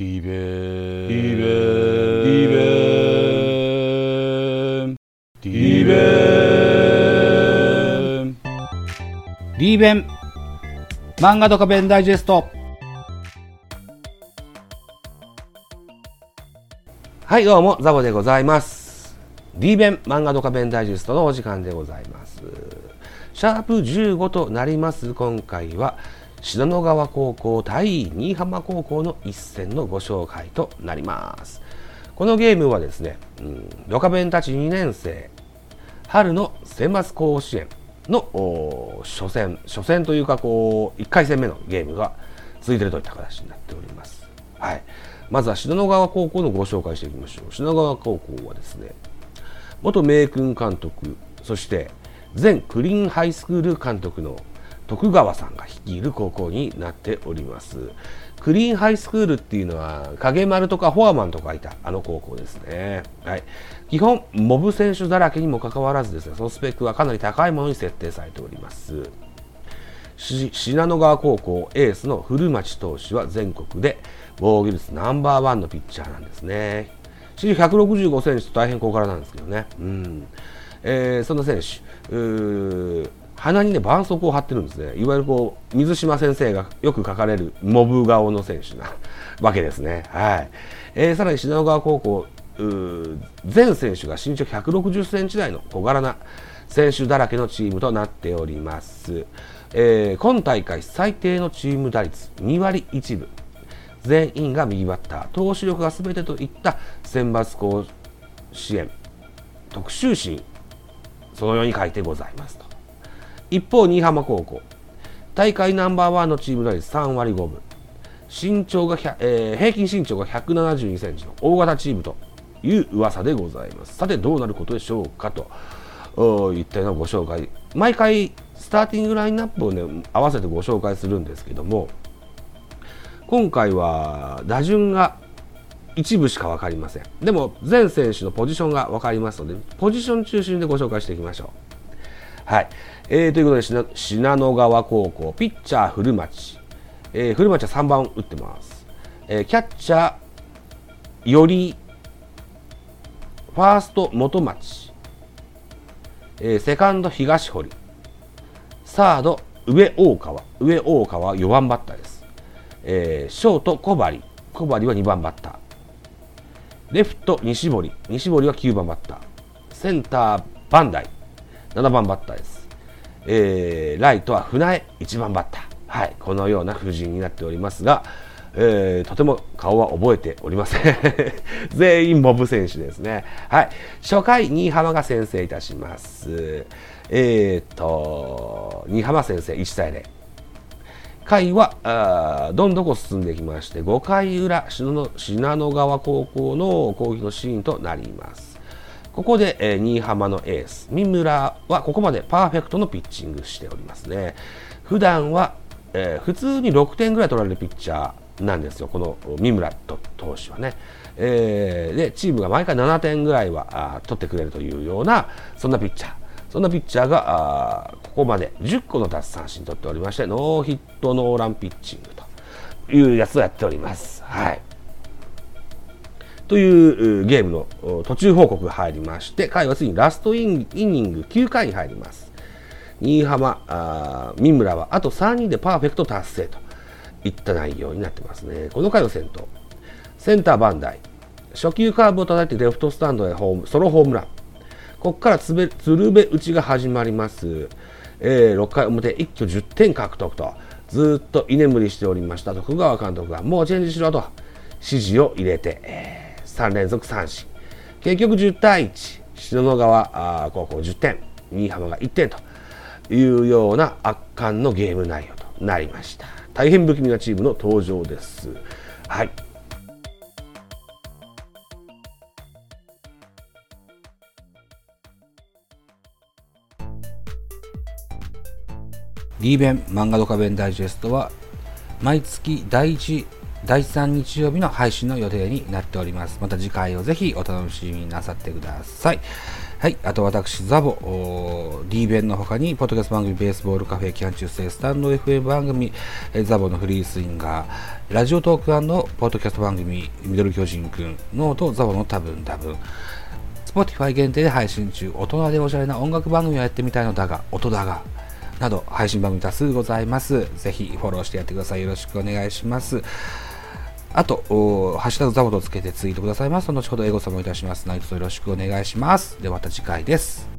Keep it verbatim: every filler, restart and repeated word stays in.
D 弁 D 弁 D 弁 D 弁 D 弁漫画ドカ弁ダイジェスト。 はいどうもザボでございます。 D 弁漫画ドカ弁ダイジェストのお時間でございます。シャープじゅうごとなります。今回は信濃川高校対新居浜高校の一戦のご紹介となります。このゲームはですね、うん、ドカ弁たちにねん生春の選抜甲子園の初戦初戦というかこういっかい戦目のゲームが続いているといった形になっております。はい、まずは信濃川高校のご紹介していきましょう。信濃川高校はですね、元明訓監督、そして前クリーンハイスクール監督の徳川さんが率いる高校になっております。クリーンハイスクールっていうのは影丸とかフォアマンとかいたあの高校ですね。はい、基本モブ選手だらけにもかかわらずですね、そのスペックはかなり高いものに設定されております。信濃川高校エースの古町投手は全国で防御率ナンバーワンのピッチャーなんですね。身長ひゃくろくじゅうごセンチと大変小柄なんですけどね。うん、えー、その選手うー鼻にね絆創膏を貼ってるんですね。いわゆるこう水島先生がよく描かれるモブ顔の選手なわけですね。はい、えー、さらに信濃川高校全選手が身長ひゃくろくじゅっセンチ台の小柄な選手だらけのチームとなっております。えー、今大会最低のチーム打率にわりいちぶ、全員が右バッター、投手力が全てといった選抜甲子園特集誌そのように書いてございますと。一方新居浜高校、大会ナンバーワンのチーム打率さんわりごぶ、身長が、えー、平均身長がひゃくななじゅうにセンチの大型チームという噂でございます。さてどうなることでしょうかといったようなご紹介、毎回スターティングラインナップをね合わせてご紹介するんですけども、今回は打順が一部しか分かりません。でも全選手のポジションが分かりますので、ポジション中心でご紹介していきましょう。はい、えー、ということで信濃川高校ピッチャー古町、えー、古町はさんばん打ってます。えー、キャッチャーよりファースト元町、えー、セカンド東堀、サード上大川、上大川はよんばんバッターです。えー、ショート小針、小針はにばんバッター、レフト西堀、西堀はきゅうばんバッター、センターバンダイななばんバッターです。えー、ライトは船江いちばんバッター。はい、このような布陣になっておりますが、えー、とても顔は覚えておりません全員モブ選手ですね。はい、初回新居浜が先制いたします。えーと新居浜先制いちたいゼロ、回はあどんどん進んできまして、ごかい裏信濃川高校の攻撃のシーンとなります。ここで、えー、新居浜のエース三村はここまでパーフェクトのピッチングしておりますね。普段は、えー、普通にろくてんぐらい取られるピッチャーなんですよ、この三村投手はね。えー、でチームが毎回ななてんぐらいはあ取ってくれるというようなそんなピッチャーそんなピッチャーがあここまでじゅっこの奪三振取っておりまして、ノーヒットノーランピッチングというやつをやっております。はい、というゲームの途中報告が入りまして、回はついにラストイニングきゅうかいに入ります。新居浜あ三村はあとさんにんでパーフェクト達成といった内容になってますね。この回の先頭センターバンダイ、初球カーブを叩いてレフトスタンドへホームソロホームラン。ここからつべ鶴瓶打ちが始まります。えー、ろっかい表一挙じゅってん獲得とずっと居眠りしておりました徳川監督がもうチェンジしろと指示を入れて、えー、さんれんぞく三振、結局じゅうたいいち、信濃川高校じゅってん、新居浜がいってんというような圧巻のゲーム内容となりました。大変不気味なチームの登場です。はい、 D 弁漫画ドカ弁ダイジェストは毎月だいいちだいさん日曜日の配信の予定になっております。また次回をぜひお楽しみなさってください。はい。あと私、ザボ、D 弁の他に、ポッドキャスト番組、ベースボールカフェ、キャン中世、スタンド エフエム 番組、ザボのフリースインガー、ラジオトーク&ポッドキャスト番組、ミドル巨人くん、ノート、ザボの多分多分、Spotify 限定で配信中、大人でおしゃれな音楽番組をやってみたいのだが、音だが、など配信番組多数ございます。ぜひフォローしてやってください。よろしくお願いします。あと、ハッシュタグザボとつけてツイートくださいますと、後ほどエゴサもいたします。何卒よろしくお願いします。ではまた次回です。